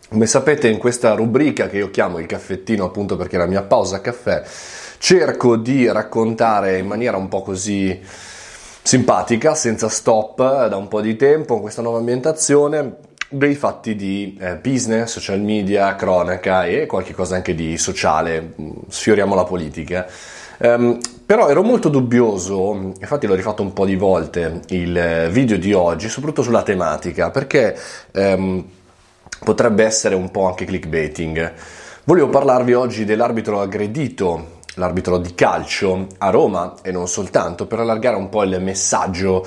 Come sapete, in questa rubrica che io chiamo il caffettino, appunto perché è la mia pausa caffè, cerco di raccontare in maniera un po' così simpatica, senza stop, da un po' di tempo, in questa nuova ambientazione, dei fatti di business, social media, cronaca e qualche cosa anche di sociale, sfioriamo la politica. Però ero molto dubbioso, infatti l'ho rifatto un po' di volte il video di oggi, soprattutto sulla tematica, perché potrebbe essere un po' anche clickbaiting. Volevo parlarvi oggi dell'arbitro aggredito, l'arbitro di calcio a Roma e non soltanto, per allargare un po' il messaggio.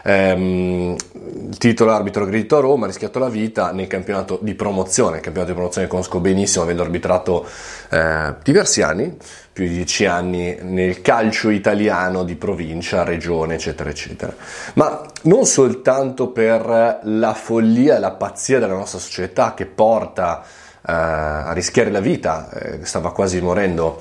Il titolo arbitro aggredito a Roma, ha rischiato la vita nel campionato di promozione. Il campionato di promozione conosco benissimo, avendo arbitrato diversi anni, più di 10 anni, nel calcio italiano di provincia, regione, eccetera, eccetera. Ma non soltanto per la follia e la pazzia della nostra società che porta a rischiare la vita, stava quasi morendo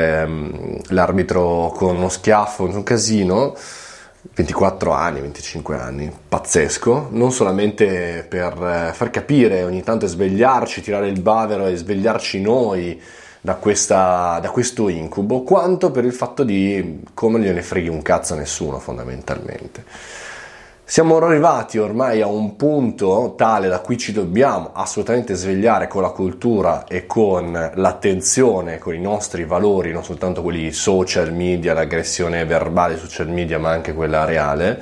l'arbitro con uno schiaffo, un casino, 24 anni, 25 anni, pazzesco, non solamente per far capire ogni tanto e svegliarci, tirare il bavero e svegliarci noi da questo incubo, quanto per il fatto di come gliene freghi un cazzo a nessuno, fondamentalmente. Siamo arrivati ormai a un punto tale da cui ci dobbiamo assolutamente svegliare con la cultura e con l'attenzione, con i nostri valori, non soltanto quelli social media, l'aggressione verbale social media, ma anche quella reale,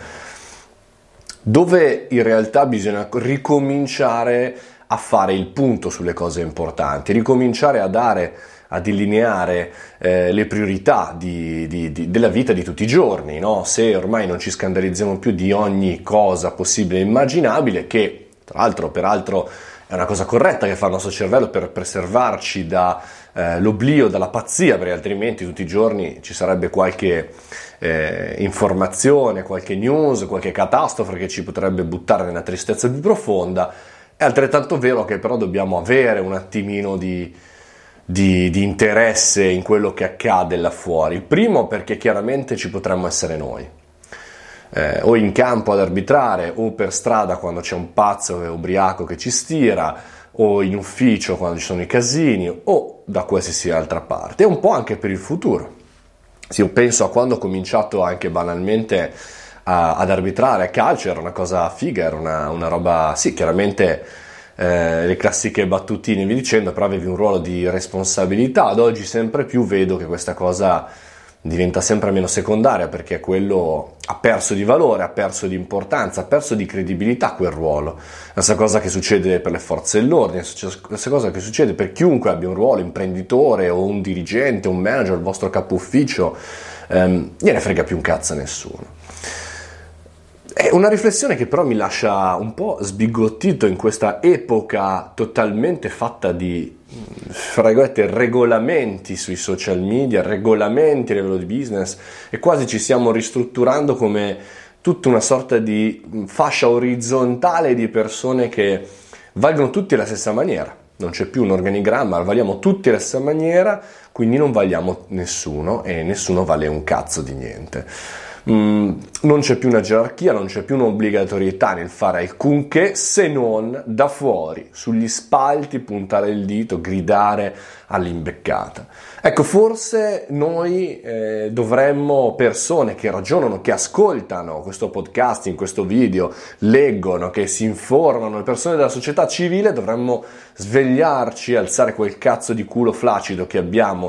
dove in realtà bisogna ricominciare a fare il punto sulle cose importanti, ricominciare a delineare le priorità della vita di tutti i giorni, no? Se ormai non ci scandalizziamo più di ogni cosa possibile e immaginabile, che tra l'altro peraltro è una cosa corretta che fa il nostro cervello per preservarci dall'oblio, dalla pazzia, perché altrimenti tutti i giorni ci sarebbe qualche informazione, qualche news, qualche catastrofe che ci potrebbe buttare nella tristezza più profonda. È altrettanto vero che però dobbiamo avere un attimino di interesse in quello che accade là fuori. Il primo perché chiaramente ci potremmo essere noi, o in campo ad arbitrare, o per strada quando c'è un pazzo ubriaco che ci stira, o in ufficio quando ci sono i casini, o da qualsiasi altra parte, e un po' anche per il futuro. Se io penso a quando ho cominciato anche banalmente ad arbitrare a calcio, era una cosa figa, era una roba, sì, chiaramente le classiche battutine e via dicendo, però avevi un ruolo di responsabilità. Ad oggi sempre più vedo che questa cosa diventa sempre meno secondaria, perché quello ha perso di valore, ha perso di importanza, ha perso di credibilità quel ruolo. La stessa cosa che succede per le forze dell'ordine, la stessa cosa che succede per chiunque abbia un ruolo, imprenditore o un dirigente, un manager, il vostro capo ufficio, gliene frega più un cazzo a nessuno. È una riflessione che però mi lascia un po' sbigottito in questa epoca totalmente fatta di, fra virgolette, regolamenti sui social media, regolamenti a livello di business, e quasi ci stiamo ristrutturando come tutta una sorta di fascia orizzontale di persone che valgono tutti alla stessa maniera. Non c'è più un organigramma, valiamo tutti alla stessa maniera, quindi non valiamo nessuno e nessuno vale un cazzo di niente. Non c'è più una gerarchia, non c'è più un'obbligatorietà nel fare alcunché, se non da fuori, sugli spalti, puntare il dito, gridare all'imbeccata. Ecco, forse noi dovremmo, persone che ragionano, che ascoltano questo podcasting, questo video, leggono, che si informano, le persone della società civile, dovremmo svegliarci, alzare quel cazzo di culo flaccido che abbiamo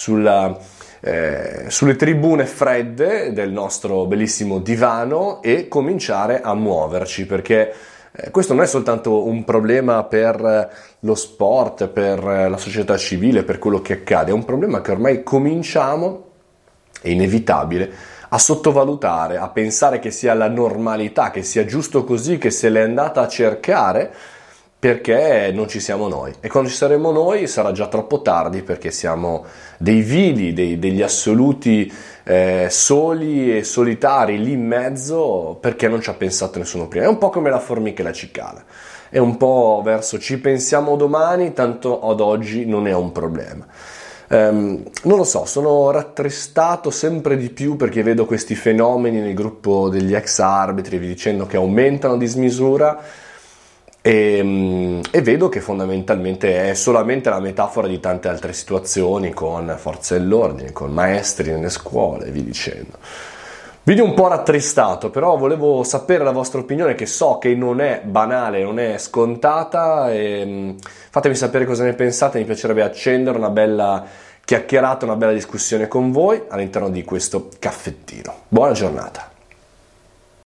sulle tribune fredde del nostro bellissimo divano e cominciare a muoverci, perché questo non è soltanto un problema per lo sport, per la società civile, per quello che accade, è un problema che ormai cominciamo, è inevitabile, a sottovalutare, a pensare che sia la normalità, che sia giusto così, che se l'è andata a cercare, perché non ci siamo noi, e quando ci saremo noi sarà già troppo tardi, perché siamo dei vili, degli assoluti soli e solitari lì in mezzo, perché non ci ha pensato nessuno prima. È un po' come la formica e la cicala, è un po' verso ci pensiamo domani, tanto ad oggi non è un problema. Non lo so, sono rattristato sempre di più perché vedo questi fenomeni nel gruppo degli ex arbitri, vi dicendo che aumentano a dismisura. e vedo che fondamentalmente è solamente la metafora di tante altre situazioni con forze dell'ordine, con maestri nelle scuole e via dicendo. Video un po' rattristato, però volevo sapere la vostra opinione, che so che non è banale, non è scontata, e fatemi sapere cosa ne pensate. Mi piacerebbe accendere una bella chiacchierata, una bella discussione con voi all'interno di questo caffettino. Buona giornata.